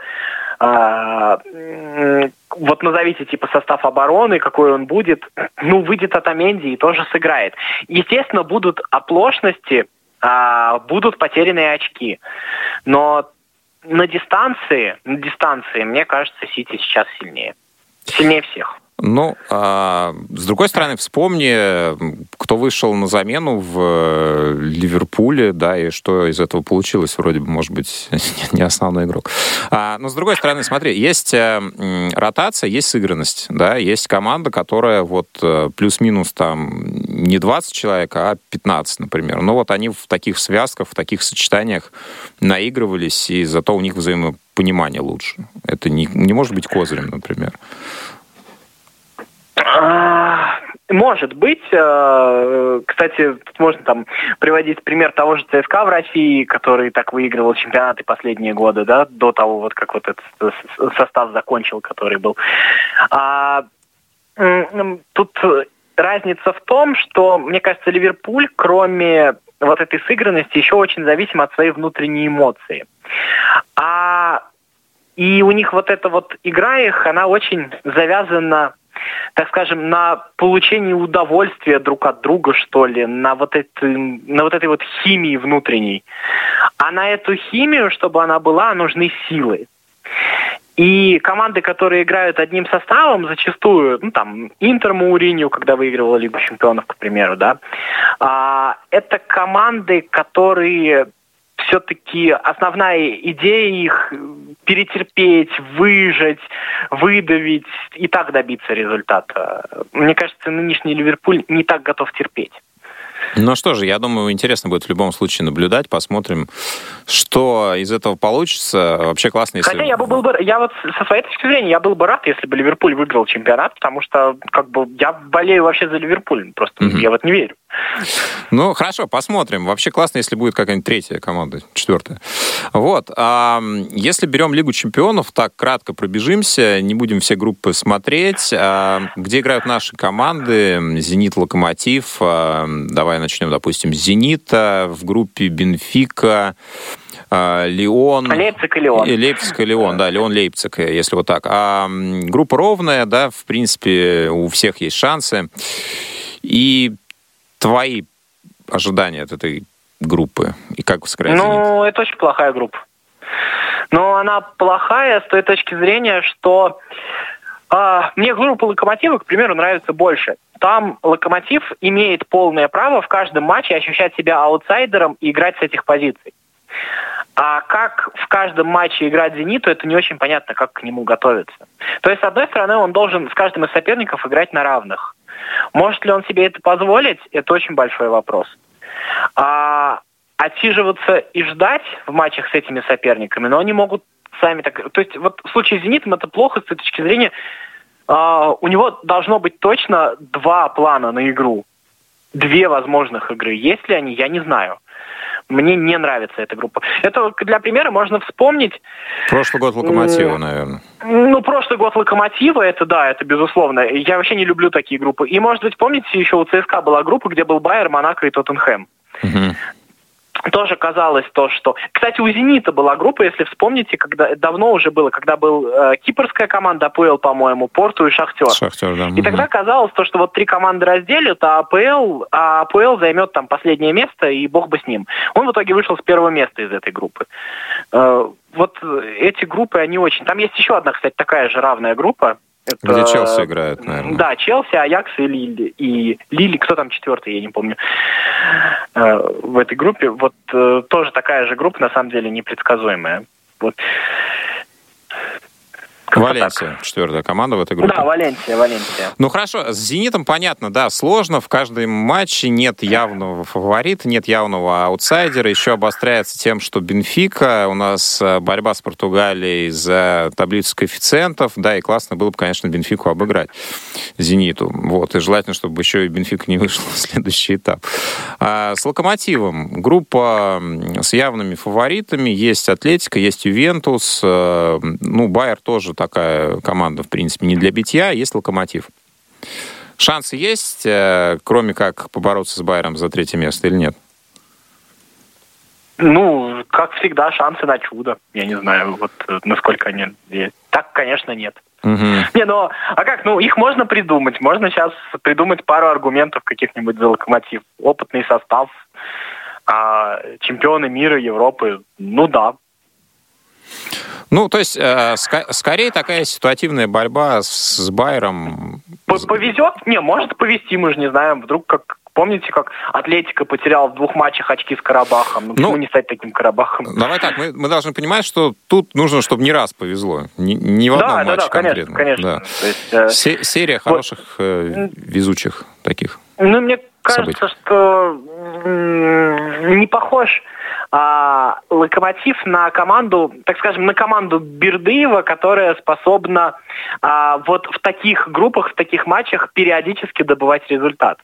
вот назовите типа состав обороны, какой он будет, выйдет Отаменди и тоже сыграет. Естественно, будут оплошности, будут потерянные очки. Но на дистанции, мне кажется, Сити сейчас сильнее. Сильнее всех. Ну, с другой стороны, вспомни, кто вышел на замену в Ливерпуле, да, и что из этого получилось, вроде бы, может быть, не основной игрок. Но, с другой стороны, смотри, есть ротация, есть сыгранность, да, есть команда, которая вот плюс-минус там не 20 человек, а 15, например. Но вот они в таких связках, в таких сочетаниях наигрывались, и зато у них взаимопонимание лучше. Это не может быть козырем, например. Может быть. Кстати, тут можно там приводить пример того же ЦСКА в России, который так выигрывал чемпионаты последние годы, да, до того, вот как вот этот состав закончил, который был. Тут разница в том, что, мне кажется, Ливерпуль, кроме вот этой сыгранности, еще очень зависим от своей внутренней эмоции. И у них вот эта вот игра их, она очень завязана, так скажем, на получении удовольствия друг от друга, что ли, на вот этой вот химии внутренней. А на эту химию, чтобы она была, нужны силы. И команды, которые играют одним составом, зачастую, там, Интер Мауриньо, когда выигрывала Лигу чемпионов, к примеру, да, это команды, которые все-таки основная идея их перетерпеть, выжать, выдавить и так добиться результата. Мне кажется, нынешний Ливерпуль не так готов терпеть. Ну что же, я думаю, интересно будет в любом случае наблюдать, посмотрим, что из этого получится. Вообще классно, если... Хотя я вот со своей точки зрения, я был бы рад, если бы Ливерпуль выиграл чемпионат, потому что как бы я болею вообще за Ливерпуль, просто я вот не верю. Ну, хорошо, посмотрим. Вообще классно, если будет какая-нибудь третья команда, четвертая. Вот. Если берем Лигу чемпионов, так кратко пробежимся, не будем все группы смотреть. Где играют наши команды? «Зенит», «Локомотив». Давай начнем, допустим, с «Зенита». В группе «Бенфика», «Лион». Лейпциг и «Лион». Лейпциг и «Лион», да, «Лион-Лейпциг», если вот так. Группа ровная, да, в принципе, у всех есть шансы. И твои ожидания от этой группы? И как сыграет «Зенит»? Ну, это очень плохая группа. Но она плохая с той точки зрения, что мне группа «Локомотива», к примеру, нравится больше. Там «Локомотив» имеет полное право в каждом матче ощущать себя аутсайдером и играть с этих позиций. А как в каждом матче играть «Зениту», это не очень понятно, как к нему готовиться. То есть, с одной стороны, он должен с каждым из соперников играть на равных. Может ли он себе это позволить, это очень большой вопрос. Отсиживаться и ждать в матчах с этими соперниками, но они могут сами так... То есть вот в случае с «Зенитом» это плохо с той точки зрения, у него должно быть точно 2 плана на игру. 2 возможных игры. Есть ли они, я не знаю. Мне не нравится эта группа. Это для примера можно вспомнить... Прошлый год «Локомотива», наверное. Ну, прошлый год «Локомотива», это да, это безусловно. Я вообще не люблю такие группы. И, может быть, помните, еще у ЦСКА была группа, где был Байер, Монако и Тоттенхэм. Тоже казалось то, что... Кстати, у «Зенита» была группа, если вспомните, когда давно уже было, когда был кипрская команда АПЛ, по-моему, Порту и Шахтер. Шахтер, да. И тогда казалось то, что вот 3 команды разделят, а АПЛ займет там последнее место, и бог бы с ним. Он в итоге вышел с 1-го места из этой группы. Вот эти группы, они очень... Там есть еще одна, кстати, такая же равная группа. Это... Где Челси играет, наверное. Да, Челси, Аякс и Лили. Кто там 4-й, я не помню. В этой группе. Вот тоже такая же группа, на самом деле, непредсказуемая. Вот. Валенсия, 4-я команда в этой группе. Да, Валенсия. Ну хорошо, с «Зенитом» понятно, да, сложно. В каждом матче нет явного фаворита, нет явного аутсайдера. Еще обостряется тем, что «Бенфика», у нас борьба с Португалией за таблицу коэффициентов. Да, и классно было бы, конечно, «Бенфику» обыграть «Зениту». Вот, и желательно, чтобы еще и «Бенфика» не вышла в следующий этап. С «Локомотивом» группа с явными фаворитами. Есть «Атлетико», есть «Ювентус». Ну, «Байер» тоже такая команда, в принципе, не для битья, есть «Локомотив». Шансы есть, кроме как побороться с «Байером» за 3-е место или нет? Ну, как всегда, шансы на чудо. Я не знаю, вот насколько они есть. Так, конечно, нет. Не, ну, а как? Ну, их можно придумать. Можно сейчас придумать пару аргументов каких-нибудь за «Локомотив». Опытный состав, чемпионы мира, Европы. Ну, да. Ну, то есть, скорее такая ситуативная борьба с «Байером». Повезет? Не, может повезти, мы же не знаем. Вдруг, как помните, как «Атлетико» потерял в 2 матчах очки с «Карабахом». Ну, почему не стать таким «Карабахом»? Давай так, мы должны понимать, что тут нужно, чтобы не раз повезло. Не в одном матче конкретно. Конечно. Да. То есть, серия хороших, везучих таких. Ну, мне кажется, что не похож Локомотив на команду, так скажем, на команду Бердыева, которая способна вот в таких группах, в таких матчах периодически добывать результат.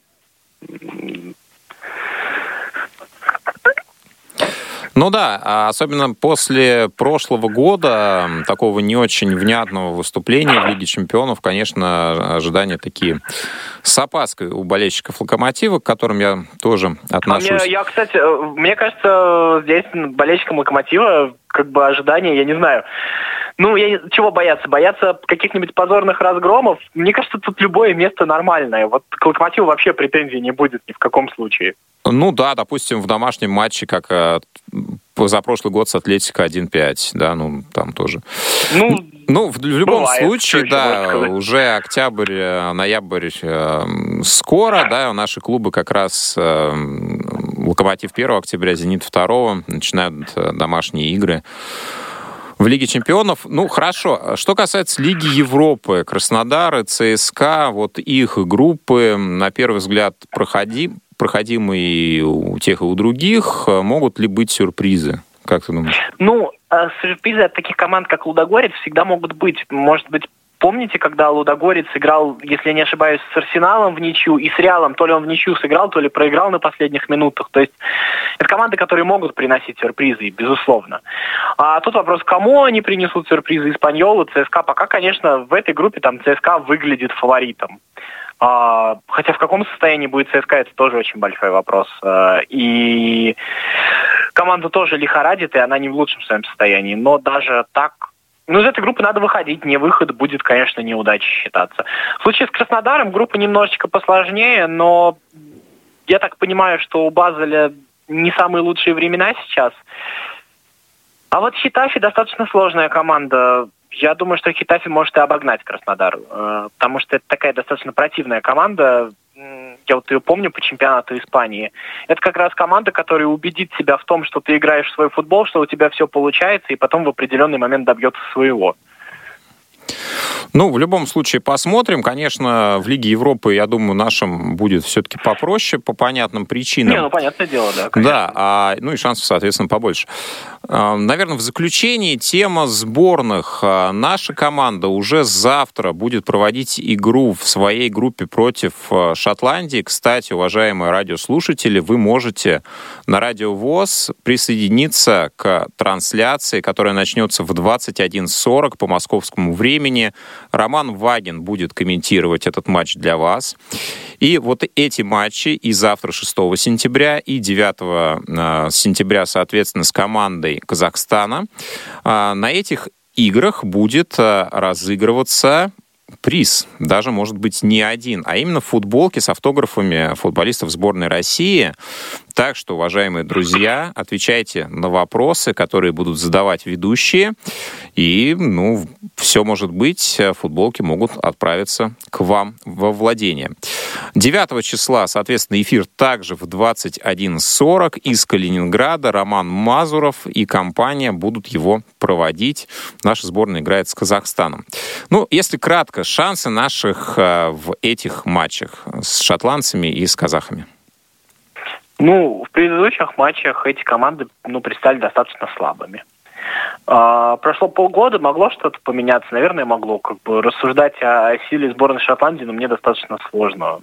Ну да, особенно после прошлого года, такого не очень внятного выступления в Лиге чемпионов, конечно, ожидания такие с опаской у болельщиков «Локомотива», к которым я тоже отношусь. Кстати, мне кажется, здесь болельщикам «Локомотива ожидания, я не знаю. Чего бояться? Бояться каких-нибудь позорных разгромов? Мне кажется, тут любое место нормальное. Вот к «Локомотиву» вообще претензий не будет ни в каком случае. Ну да, допустим, в домашнем матче, как позапрошлый год с «Атлетико» 1-5, да, там тоже. В любом случае, да, уже октябрь, ноябрь скоро, да, наши клубы как раз «Локомотив» 1 октября, «Зенит» 2 начинают домашние игры в Лиге чемпионов. Хорошо. Что касается Лиги Европы, Краснодар и ЦСКА, вот их группы, на первый взгляд, проходимые у тех и у других, могут ли быть сюрпризы? Как ты думаешь? Сюрпризы от таких команд, как Лудогорец, всегда могут быть. Может быть, помните, когда Лудогорец играл, если я не ошибаюсь, с Арсеналом в ничью и с Реалом, то ли он в ничью сыграл, то ли проиграл на последних минутах. То есть это команды, которые могут приносить сюрпризы, безусловно. А тут вопрос, кому они принесут сюрпризы? Испаньолу, ЦСКА. Пока, конечно, в этой группе ЦСКА выглядит фаворитом. Хотя в каком состоянии будет ЦСКА, это тоже очень большой вопрос. И команда тоже лихорадит, и она не в лучшем своем состоянии. Но даже так, из этой группы надо выходить. Не выход будет, конечно, неудачей считаться. В случае с Краснодаром группа немножечко посложнее, но я так понимаю, что у Базеля не самые лучшие времена сейчас. А вот Хетафе достаточно сложная команда. Я думаю, что Хетафе может и обогнать Краснодар, потому что это такая достаточно противная команда. Я вот ее помню по чемпионату Испании. Это как раз команда, которая убедит себя в том, что ты играешь в свой футбол, что у тебя все получается, и потом в определенный момент добьется своего. В любом случае посмотрим. Конечно, в Лиге Европы, я думаю, нашим будет все-таки попроще по понятным причинам. Понятное дело, да. Конечно. Да, и шансов, соответственно, побольше. Наверное, в заключении тема сборных. Наша команда уже завтра будет проводить игру в своей группе против Шотландии. Кстати, уважаемые радиослушатели, вы можете на Радио ВОС присоединиться к трансляции, которая начнется в 21:40 по московскому времени. Роман Вагин будет комментировать этот матч для вас. И вот эти матчи и завтра, 6 сентября, и 9 сентября, соответственно, с командой Казахстана, на этих играх будет разыгрываться приз, даже, может быть, не один, а именно футболки с автографами футболистов сборной России. Так что, уважаемые друзья, отвечайте на вопросы, которые будут задавать ведущие, и, все может быть, футболки могут отправиться к вам во владение. 9 числа, соответственно, эфир также в 21:40 из Калининграда. Роман Мазуров и компания будут его проводить. Наша сборная играет с Казахстаном. Если кратко, шансы наших в этих матчах с шотландцами и с казахами. В предыдущих матчах эти команды, предстали достаточно слабыми. Прошло полгода, могло что-то поменяться? Наверное, могло. Рассуждать о силе сборной Шотландии, мне достаточно сложно.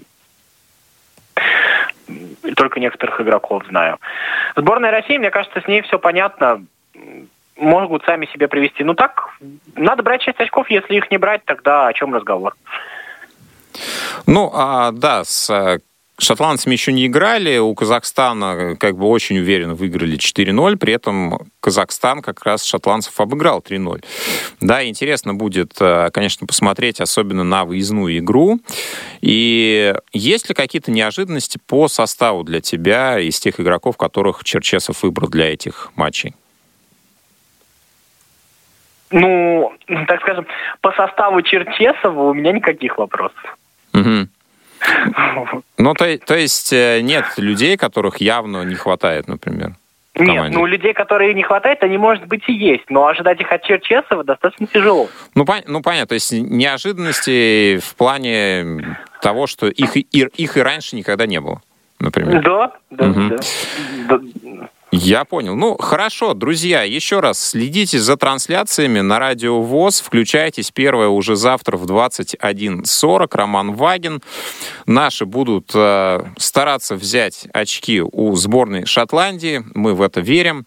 Только некоторых игроков знаю. Сборная России, мне кажется, с ней все понятно. Могут сами себя привести. Так, надо брать 6 очков. Если их не брать, тогда о чем разговор? Да, с шотландцами еще не играли. У Казахстана очень уверенно выиграли 4-0. При этом Казахстан как раз шотландцев обыграл 3-0. Да, интересно будет, конечно, посмотреть, особенно на выездную игру. И есть ли какие-то неожиданности по составу для тебя из тех игроков, которых Черчесов выбрал для этих матчей? Так скажем, по составу Черчесова у меня никаких вопросов. Угу. То есть нет людей, которых явно не хватает, например, в команде? Нет, людей, которые не хватает, они, может быть, и есть, но ожидать их от Черчесова достаточно тяжело. Понятно, то есть неожиданности в плане того, что их и раньше никогда не было, например. Да. Я понял. Ну, хорошо, друзья, еще раз следите за трансляциями на Радио ВОС. Включайтесь. Первое уже завтра в 21:40. Роман Вагин. Наши будут стараться взять очки у сборной Шотландии. Мы в это верим.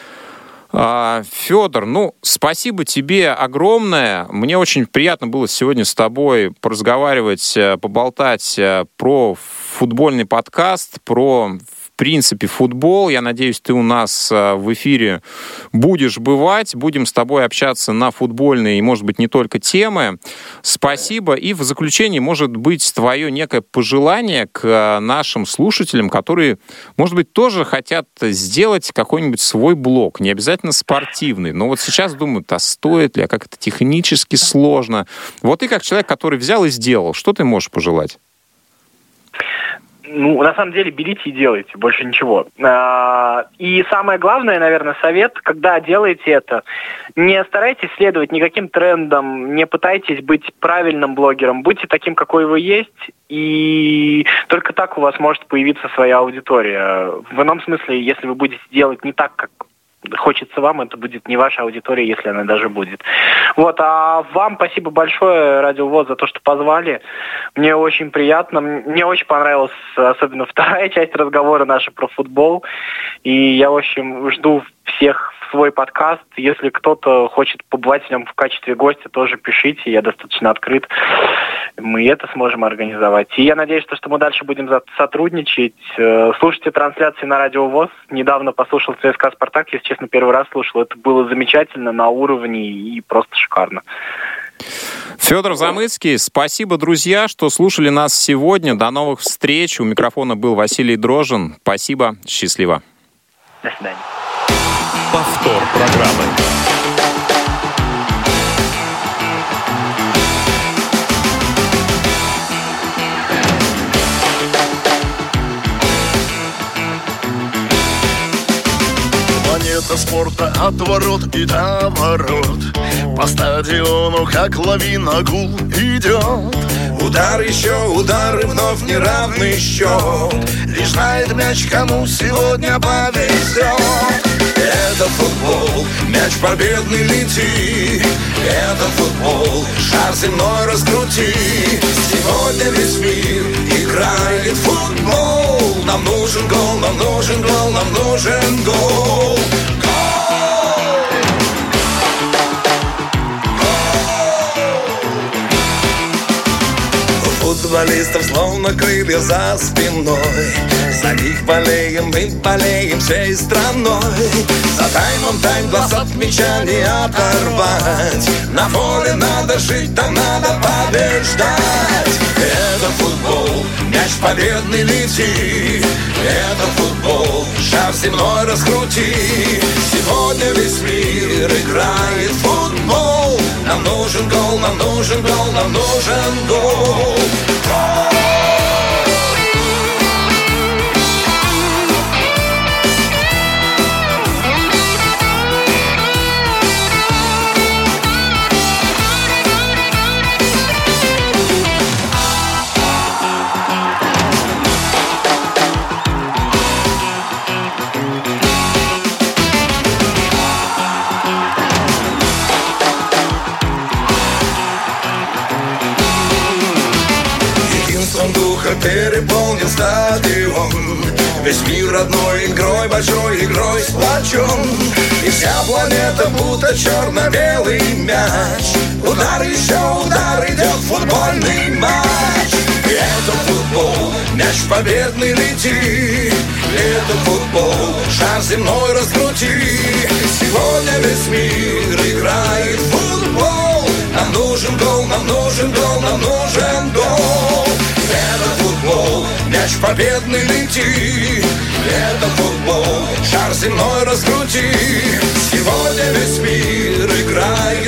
Федор, спасибо тебе огромное. Мне очень приятно было сегодня с тобой поразговаривать, поболтать про футбольный подкаст, про, в принципе, футбол. Я надеюсь, ты у нас в эфире будешь бывать. Будем с тобой общаться на футбольные и, может быть, не только темы. Спасибо. И в заключение, может быть, твое некое пожелание к нашим слушателям, которые, может быть, тоже хотят сделать какой-нибудь свой блог. Не обязательно спортивный. Но вот сейчас думают, а стоит ли, а как это технически сложно. Вот ты как человек, который взял и сделал, что ты можешь пожелать? На самом деле, берите и делайте, больше ничего. И самое главное, наверное, совет, когда делаете это, не старайтесь следовать никаким трендам, не пытайтесь быть правильным блогером, будьте таким, какой вы есть, и только так у вас может появиться своя аудитория. В ином смысле, если вы будете делать не так, как хочется вам, это будет не ваша аудитория, если она даже будет. А вам спасибо большое, Радио ВОС, за то, что позвали. Мне очень приятно. Мне очень понравилась особенно вторая часть разговора наша про футбол. И я, в общем, жду всех в свой подкаст. Если кто-то хочет побывать в нем в качестве гостя, тоже пишите. Я достаточно открыт. Мы это сможем организовать. И я надеюсь, что мы дальше будем сотрудничать. Слушайте трансляции на Радио ВОС. Недавно послушал ЦСКА «Спартак». Если честно, первый раз слушал. Это было замечательно, на уровне и просто шикарно. Федор Замыцкий, спасибо, друзья, что слушали нас сегодня. До новых встреч. У микрофона был Василий Дрожжин. Спасибо, счастливо. До свидания. Повтор программы. Планета спорта от ворот и до ворот. По стадиону, как лавина, гул идет. Удар, еще удар и вновь неравный счет. Лишь знает мяч, кому сегодня повезет. Это футбол, мяч победный лети. Это футбол, шар земной раскрути. Сегодня весь мир играет в футбол. Нам нужен гол, нам нужен гол, нам нужен гол. Футболистов словно крылья за спиной. За них болеем, мы болеем всей страной. За таймом тайм, глаз от мяча не оторвать. На поле надо жить, там надо побеждать. Это футбол, мяч победный лети. Это футбол, шар земной раскрути. Сегодня весь мир играет в футбол. Нам нужен гол, нам нужен гол, нам нужен гол. Переполнен стадион. Весь мир родной игрой, большой игрой сплочен. И вся планета будто черно-белый мяч. Удар, еще удар, идет футбольный матч. И это футбол, мяч победный лети. Это футбол, шар земной раскрути. Сегодня весь мир играет в футбол. Нам нужен гол, нам нужен гол, нам нужен гол. Это футбол, мяч победный лети. Это футбол, шар земной раскрути. Сегодня весь мир играет